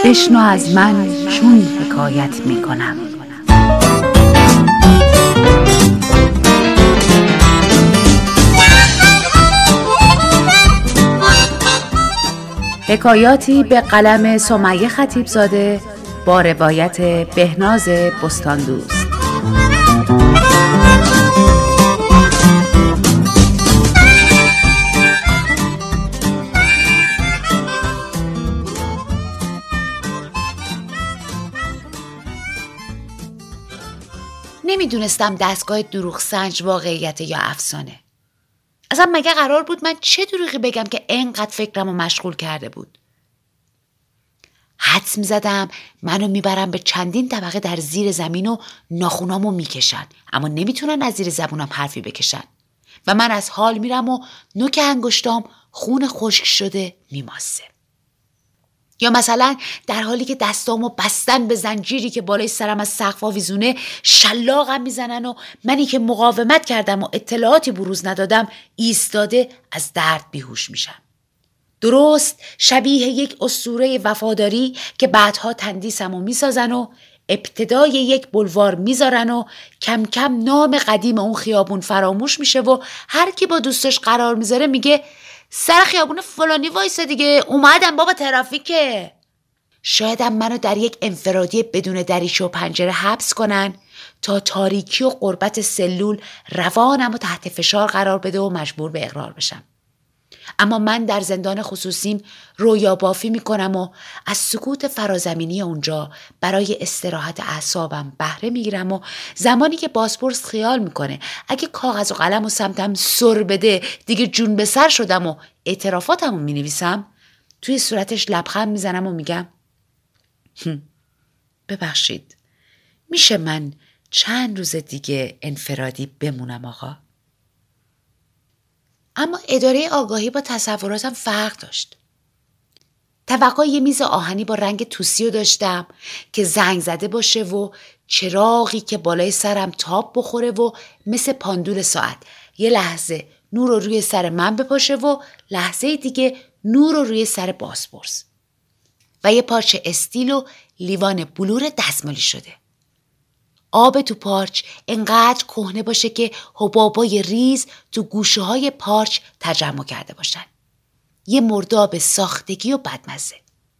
بشنو از من چون حکایت میکنم. حکایاتی به قلم سمیه خطیبزاده با روایت بهناز بستاندوست. نمیدونستم دستگاه دروغ سنج واقعیت یا افسانه. اصلا مگه قرار بود من چه دروغی بگم که اینقدر فکرمو مشغول کرده بود؟ حدس میزدم منو میبرن به چندین طبقه در زیر زمین و ناخونامو میکشن، اما نمیتونن از زیر زبونم حرفی بکشن و من از حال میرم و نوک انگشتام خون خشک شده میماسه. یا مثلا در حالی که دستامو بستن به زنجیری که بالای سرم از سقف آویزونه شلاقم میزنن و منی که مقاومت کردم و اطلاعاتی بروز ندادم ایستاده از درد بیهوش میشم. درست شبیه یک اسطوره وفاداری که بعدها تندیسمو میسازن و ابتدای یک بلوار میذارن و کم کم نام قدیم اون خیابون فراموش میشه و هر کی با دوستش قرار میذاره میگه سر خیابون فلانی وایسه دیگه، اومدم بابا ترافیکه. شایدم منو در یک انفرادی بدون دریچه و پنجره حبس کنن تا تاریکی و غربت سلول روانمو تحت فشار قرار بده و مجبور به اقرار بشم. اما من در زندان خصوصیم رویا بافی میکنم و از سکوت فرازمینی اونجا برای استراحت اعصابم بهره میگیرم و زمانی که بازپرس خیال میکنه اگه کاغذ و قلم و سمتم سر بده دیگه جون به سر شدم و اعترافاتمو مینویسم، توی صورتش لبخند میزنم و میگم ببخشید میشه من چند روز دیگه انفرادی بمونم آقا؟ اما اداره آگاهی با تصوراتم فرق داشت. توقع یه میز آهنی با رنگ توسیو داشتم که زنگ زده باشه و چراغی که بالای سرم تاب بخوره و مثل پاندول ساعت یه لحظه نور رو روی سر من بپاشه و لحظه دیگه نور رو روی سر بازپرس و یه پارچه استیل و لیوان بلور دستمالی شده. آب تو پارچ انقدر کهنه باشه که حبابای ریز تو گوشه های پارچ تجمع کرده باشن. یه مرداب ساختگی و بدمزه.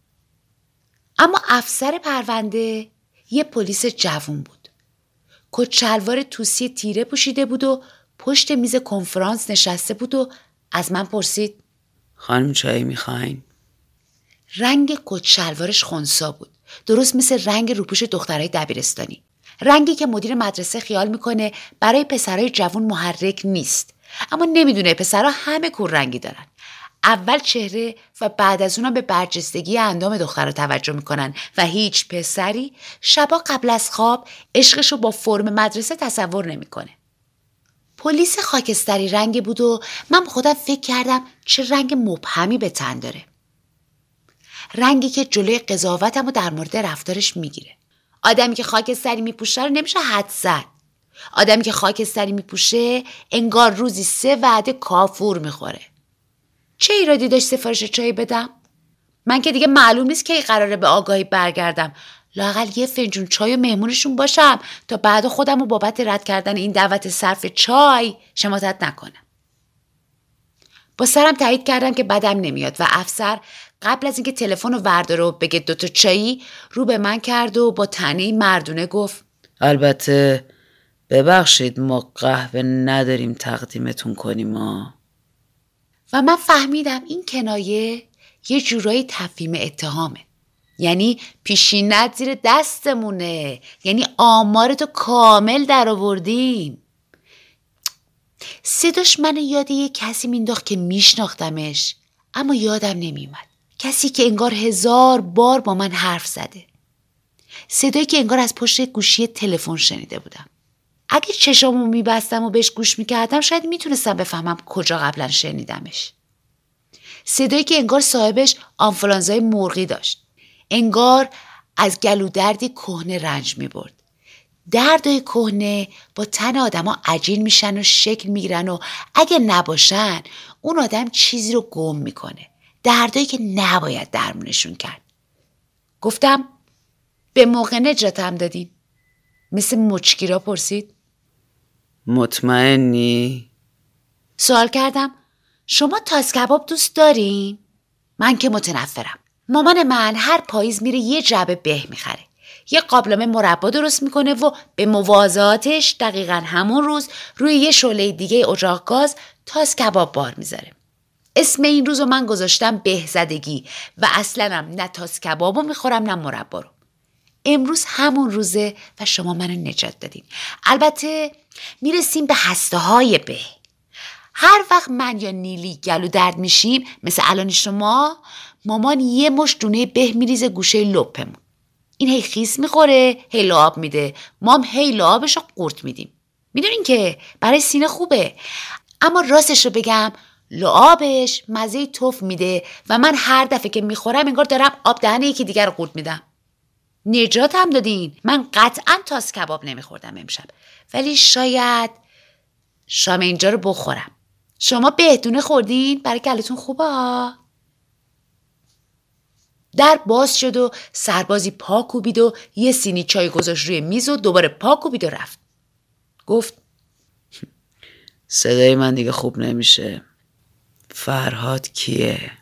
اما افسر پرونده یه پلیس جوون بود. کت شلوار توسی تیره پوشیده بود و پشت میز کنفرانس نشسته بود و از من پرسید خانم چای میخواین؟ رنگ کت شلوارش خنثی بود، درست مثل رنگ روپوش دخترای دبیرستانی. رنگی که مدیر مدرسه خیال میکنه برای پسرای جوان محرک نیست، اما نمیدونه پسرها همه کور رنگی دارن. اول چهره و بعد از اونم به برجستگی اندام دخترها توجه میکنن و هیچ پسری شبا قبل از خواب عشقشو با فرم مدرسه تصور نمیکنه. پلیس خاکستری رنگ بود و من خودم فکر کردم چه رنگ مبهمی به تن داره. رنگی که جلوی قضاوتمو در مورد رفتارش میگیره. آدمی که خاکستری میپوشه رو نمیشه حد زد. آدمی که خاکستری میپوشه انگار روزی 3 وعده کافور میخوره. چه ایرادی داشت سفارش چای بدم؟ من که دیگه معلوم نیست کی قراره به آگاهی برگردم. لااقل یه فنجون چای و مهمونشون باشم تا بعد خودم رو بابت رد کردن این دعوت صرف چای شماتت نکنم. با سرم تایید کردم که بدم نمیاد و افسر قبل از اینکه تلفن رو ورداره و بگه 2 تا چایی رو به من کرد و با طعنه‌ای مردونه گفت البته ببخشید ما قهوه نداریم تقدیمتون کنیم و من فهمیدم این کنایه یه جورایی تفهیم اتهامه. یعنی پیشینت زیر دستمونه، یعنی آمارتو کامل در آوردیم. صداش من یاد یه کسی مینداخت که میشناختمش اما یادم نمیومد. کسی که انگار 1000 بار با من حرف زده. صدایی که انگار از پشت گوشی تلفن شنیده بودم. اگه چشامو میبستم و بهش گوش میکردم شاید میتونستم بفهمم کجا قبلا شنیدمش. صدایی که انگار صاحبش آنفولانزای مرغی داشت. انگار از گلودردی کهنه رنج میبرد. دردای کهنه با تن آدما عجین میشن و شکل میگیرن و اگه نباشن اون آدم چیزی رو گم میکنه. دردایی که نباید درمونشون کرد. گفتم به موقع نجاتم دادین؟ مثل مچگیرا پرسید. مطمئنی؟ سوال کردم شما تاس کباب دوست دارین؟ من که متنفرم. مامان من هر پاییز میره یه جعبه به میخره. یه قابلمه مربا درست میکنه و به موازاتش دقیقاً همون روز روی یه شعله دیگه اجاق گاز تاس کباب بار میذاره. اسم این روزو من گذاشتم بهزدگی و اصلاً هم نه تاس کبابو میخورم نه مربا رو. امروز همون روزه و شما منو نجات دادین. البته میرسیم به هسته های به. هر وقت من یا نیلی گلو درد میشیم مثل الان شما، مامان یه مشت دونه به میریزه گوشه لپمون. این هی خیس میخوره هی لعاب میده، مام هی لعابشو قورت میدیم. میدونین که برای سینه خوبه، اما راستش رو بگم لعابش مزه توف میده و من هر دفعه که میخورم انگار دارم آب دهن یکی دیگر رو قورت میدم. نجات هم دادین. من قطعا تاس کباب نمیخوردم امشب، ولی شاید شام اینجا رو بخورم. شما بهدونه خوردین؟ برای گلتون خوبه ها. در باز شد و سربازی پا کوبید و یه سینی چای گذاشت روی میز و دوباره پا کوبید و رفت. گفت صدای من دیگه خوب نمیشه. فرهاد کیه؟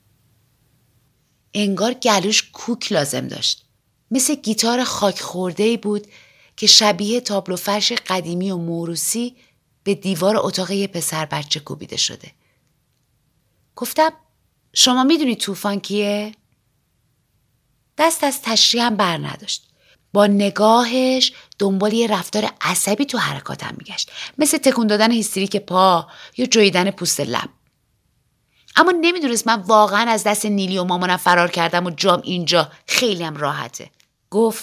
انگار گلوش کوک لازم داشت. مثل گیتار خاک خورده‌ای بود که شبیه تابلو فرش قدیمی و موروثی به دیوار اتاق یه پسر بچه کوبیده شده. گفتم شما میدونی طوفان کیه؟ دست از تشریح هم بر نداشت. با نگاهش دنبال یه رفتار عصبی تو حرکاتم میگشت، مثل تکون دادن هیستریک پا یا جویدن پوست لب. اما نمیدونست من واقعا از دست نیلی و مامانم فرار کردم و جام اینجا خیلی هم راحته. گفت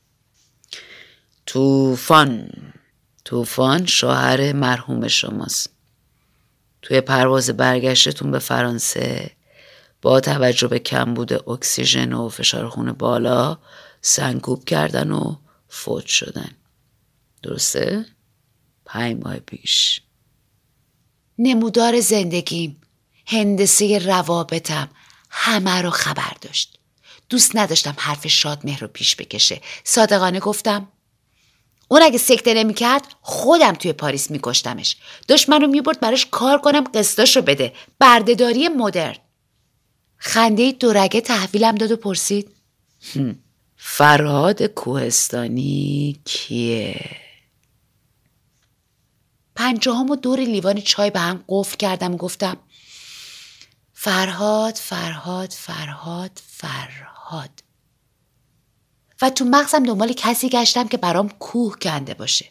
طوفان شوهر مرحوم شماست. توی پرواز برگشتتون به فرانسه با توجه به کمبود اکسیژن و فشار خون بالا سنگکوب کردن و فوت شدن. درسته؟ 5 ماه پیش. نمودار زندگیم، هندسه روابطم همه رو خبر داشت. دوست نداشتم حرف شادمهر رو پیش بکشه. صادقانه گفتم اون اگه سکته نمی کرد خودم توی پاریس می کشتمش. داشت منو می برد براش کار کنم قسطاشو بده. بردهداری مدرن. خنده دورگه تحویلم داد و پرسید فرهاد کوهستانی کیه؟ 50 و دور لیوان چای به هم قفل کردم و گفتم فرهاد. و تو مغزم دنبال کسی گشتم که برام کوه کنده باشه.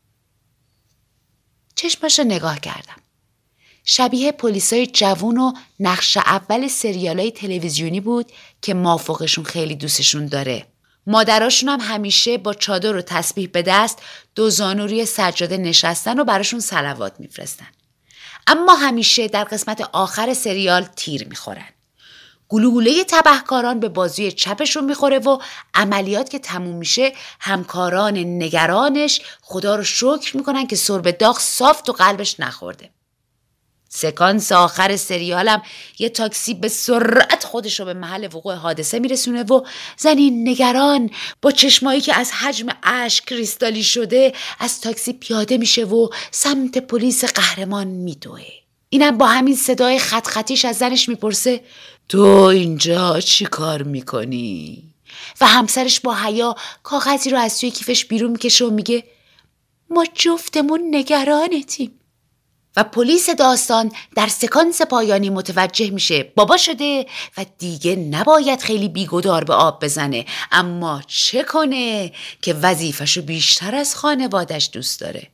چشماشو نگاه کردم. شبیه پلیسای جوون و نقش اول سریالای تلویزیونی بود که مافوقشون خیلی دوستشون داره. مادراشون هم همیشه با چادر و تسبیح به دست 2 زانو روی سجاده نشستن و براشون صلوات میفرستن. اما همیشه در قسمت آخر سریال تیر میخورن. گلوله تبهکاران به بازوی چپشون میخوره و عملیات که تموم میشه همکاران نگرانش خدا رو شکر میکنن که سرب داغ صاف تو قلبش نخورده. سکانس آخر سریالم یه تاکسی به سرعت خودش رو به محل وقوع حادثه میرسونه و زنی نگران با چشمایی که از حجم اشک کریستالی شده از تاکسی پیاده میشه و سمت پلیس قهرمان میدوه. اینم با همین صدای خط خطیش از زنش میپرسه تو اینجا چی کار میکنی؟ و همسرش با حیا کاغذی رو از توی کیفش بیرون میکشه و میگه ما جفتمون نگرانتیم. و پلیس داستان در سکانس پایانی متوجه میشه بابا شده و دیگه نباید خیلی بیگدار به آب بزنه، اما چه کنه که وظیفه‌شو بیشتر از خانوادش دوست داره.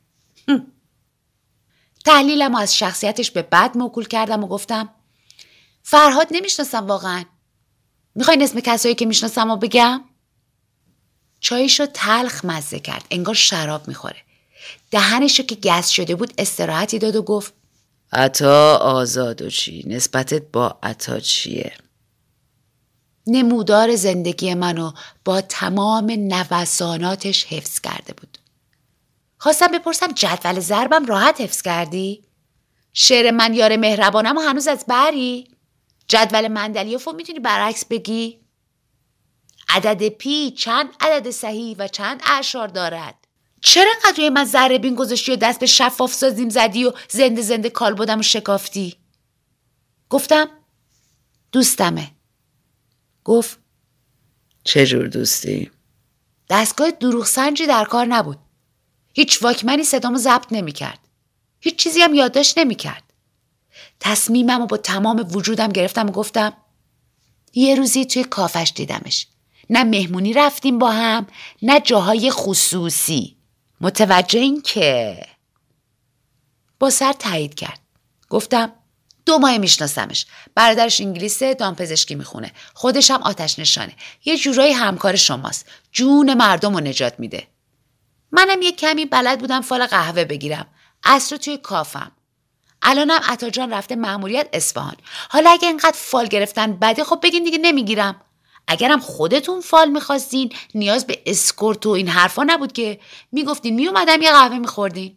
تحلیلمو از شخصیتش به بد موکول کردم و گفتم فرهاد نمیشناسم واقعا. میخواین اسم کسایی که میشناسم رو بگم؟ چایشو تلخ مزه کرد، انگار شراب میخوره. دهنشو که گس شده بود استراحتی داد و گفت عطا آزاد و چی؟ نسبتت با عطا چیه؟ نمودار زندگی منو با تمام نوساناتش حفظ کرده بود. خواستم بپرسم جدول ضربم راحت حفظ کردی؟ شعر من یار مهربانم و هنوز از بری؟ جدول مندلیوفو میتونی برعکس بگی؟ عدد پی چند عدد صحیح و چند اعشار دارد؟ چرا انقدر روی من ذره بین گذاشتی و دست به شفاف سازیم زدی و زنده زنده کالبدم و شکافتی؟ گفتم دوستمه. گفت چه جور دوستی؟ دستگاه دروغ سنجی در کار نبود. هیچ واکمنی صدامو ضبط نمی‌کرد. هیچ چیزی هم یادداشت نمی‌کرد. تصمیممو با تمام وجودم گرفتم و گفتم یه روزی توی کافش دیدمش. نه مهمونی رفتیم با هم، نه جاهای خصوصی. متوجه این که؟ با سر تایید کرد. گفتم 2 ماه میشناسمش. برادرش انگلیسه، دامپزشکی میخونه. خودش هم آتش نشانه. یه جورایی همکار شماست. جون مردم رو نجات میده. منم یه کمی بلد بودم فال قهوه بگیرم. عصر توی کافم. الانم عطا جان رفته مأموریت اصفهان. حالا اگه اینقدر فال گرفتن بده خب بگین دیگه نمیگیرم. اگرم خودتون فال میخواستین نیاز به اسکورت و این حرفا نبود که میگفتین میومدم یه قهوه میخوردین.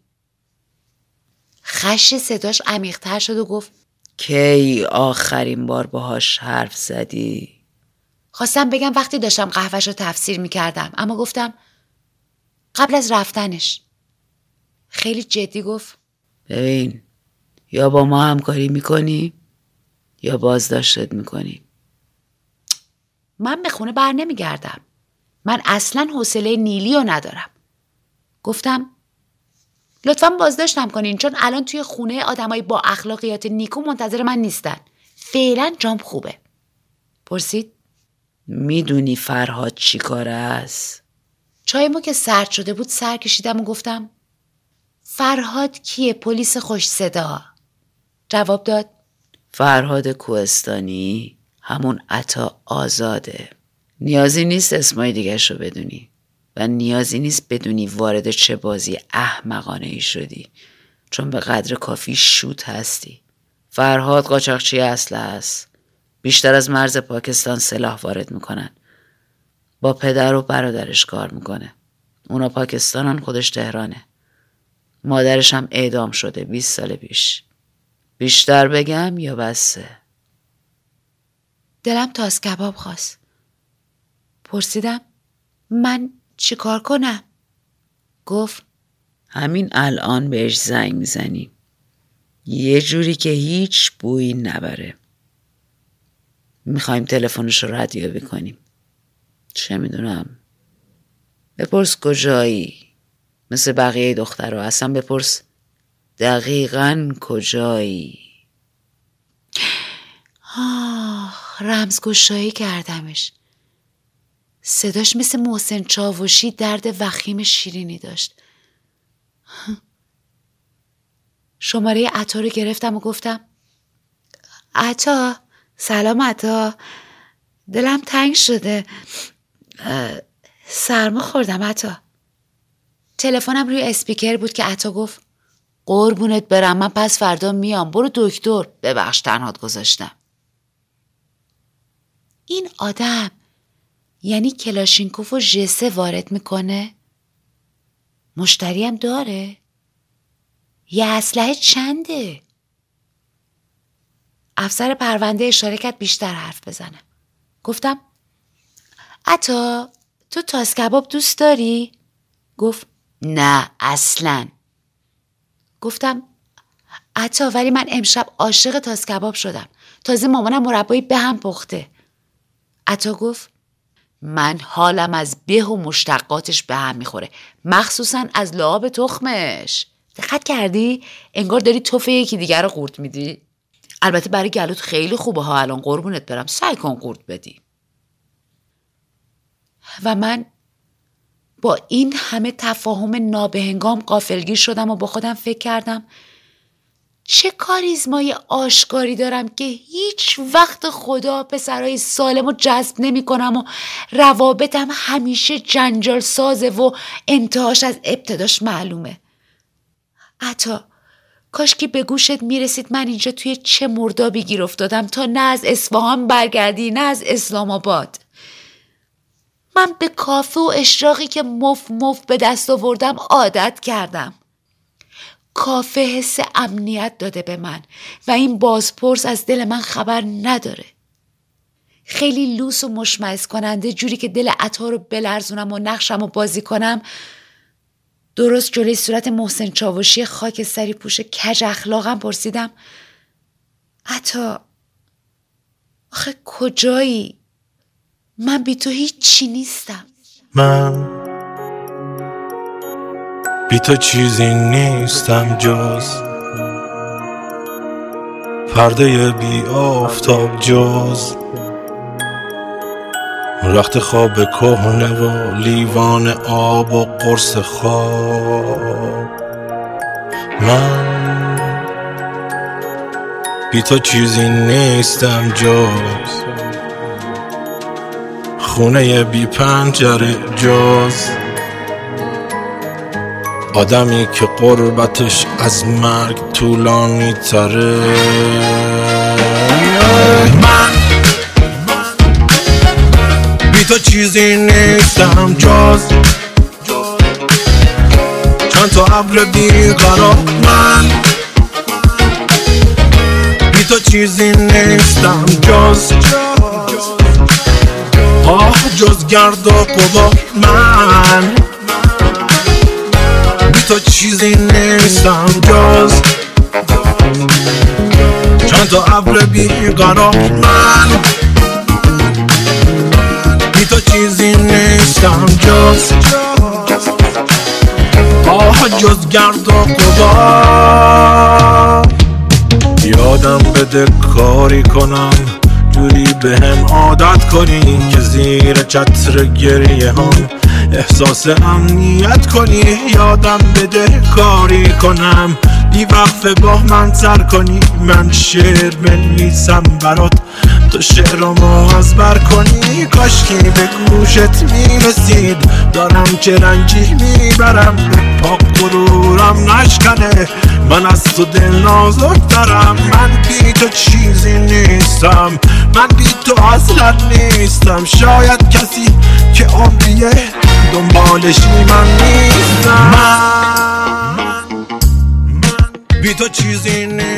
خش صداش عمیق‌تر شد و گفت کی آخرین بار باهاش حرف زدی؟ خواستم بگم وقتی داشتم قهوه‌شو تفسیر میکردم، اما گفتم قبل از رفتنش. خیلی جدی گفت ببین، یا با ما همکاری میکنی یا بازداشتت میکنی. من به خونه بر نمیگردم. من اصلا حوصله نیلی رو ندارم. گفتم لطفاً بازداشتم کنین، چون الان توی خونه آدمای با اخلاقیات نیکو منتظر من نیستن. فعلا جام خوبه. پرسید میدونی فرهاد چی کاره است؟ چایمو که سرد شده بود سر کشیدم و گفتم فرهاد کیه؟ پلیس خوش صدا. جواب داد فرهاد کوهستانی، همون عطا آزاده. نیازی نیست اسمای دیگرش رو بدونی و نیازی نیست بدونی وارد چه بازی احمقانه ای شدی، چون به قدر کافی شوت هستی. فرهاد قاچاقچی اسلحه است. بیشتر از مرز پاکستان سلاح وارد میکنن. با پدر و برادرش کار میکنه. اونا پاکستانن، خودش تهرانه. مادرش هم اعدام شده 20 سال پیش. بیشتر بگم یا بسه؟ دلم تاس کباب خواست. پرسیدم من چی کار کنم؟ گفت همین الان بهش زنگ میزنی، یه جوری که هیچ بویی نبره. میخوایم تلفنش رو ردیابی کنیم. چه میدونم، بپرس کجایی، مثل بقیه دخترها. اصلا بپرس دقیقاً کجایی. رمزگشایی کردمش. صداش مثل محسن چاوشی درد وخیم شیرینی داشت. شماره عطا رو گرفتم و گفتم عطا، سلام عطا، دلم تنگ شده، سرما خوردم عطا. تلفنم روی اسپیکر بود که عطا گفت قربونت برم، من پس فردا میام، برو دکتر. ببخش تنهات گذاشتم. این آدم یعنی کلاشینکوف و ژسه وارد میکنه؟ مشتری هم داره؟ یه اسلحه چنده؟ افسر پرونده اشاره کرد بیشتر حرف بزنم. گفتم عطا تو تاس کباب دوست داری؟ گفت نه اصلاً. گفتم عطا ولی من امشب عاشق تاس کباب شدم، تازه مامانم مربای به هم پخته. عطا گفت من حالم از به و مشتقاتش به هم میخوره، مخصوصا از لعاب تخمش. دقت کردی؟ انگار داری توف یکی دیگر رو قورت میدی. البته برای گلوت خیلی خوبه ها، الان قربونت برم، سعی کن قورت بدی. و من با این همه تفاهم نابهنگام غافلگیر شدم و با خودم فکر کردم چه کاریزمای آشکاری دارم که هیچ وقت خدا پسرای سالم رو جذب نمی کنم و روابطم همیشه جنجال سازه و انتهاش از ابتداش معلومه. عطا کاش که به گوشت میرسید من اینجا توی چه مردابی گیر افتادم تا نه از اصفهان برگردی نه از اسلام آباد. من به کافه و اشراقی که مف به دست آوردم عادت کردم. کافه حس امنیت داده به من و این بازپرس از دل من خبر نداره. خیلی لوس و مشمئز کننده، جوری که دل عطا رو بلرزونم و نقشم رو بازی کنم. درست جلوی صورت محسن چاوشی خاکستری پوش کج اخلاقم پرسیدم عطا آخه کجایی؟ من بی تو هیچی نیستم. من بی تو چیزی نیستم جز پرده بی آفتاب، جز رخت خواب کهنه و لیوان آب و قرص خواب. من بی تو چیزی نیستم جز خونه بی پنجره، جز آدمی که قربتش از مرگ طولانی تره. من بی تو چیزی نیستم جز چند تا ابر بیقرار. من بی تو چیزی نیستم جز جز گرد و غبار. من بی تو چیزی نیستم جز چند تا ابر بیقرار. من بی تو چیزی نیستم جز جز گرد و غبار. یادم بده کاری کنم جوری بهم عادت کنی که زیر چتر گریه هم احساس امنیت کنی. یادم بده کاری کنم بی وقفه با من سر کنی. من شعر بنویسم برات تو شعرامو از بر کنی. کاشکی به گوشت میرسید دارم چه رنجی میبرم، پاک غرورم نشکنه من از تو دل نازک دارم. من بی تو چیزی نیستم، من بی تو اصلا نیستم. شاید کسی که عمریه دنبالشی من نیستم. من بی تو چیزی نیستم.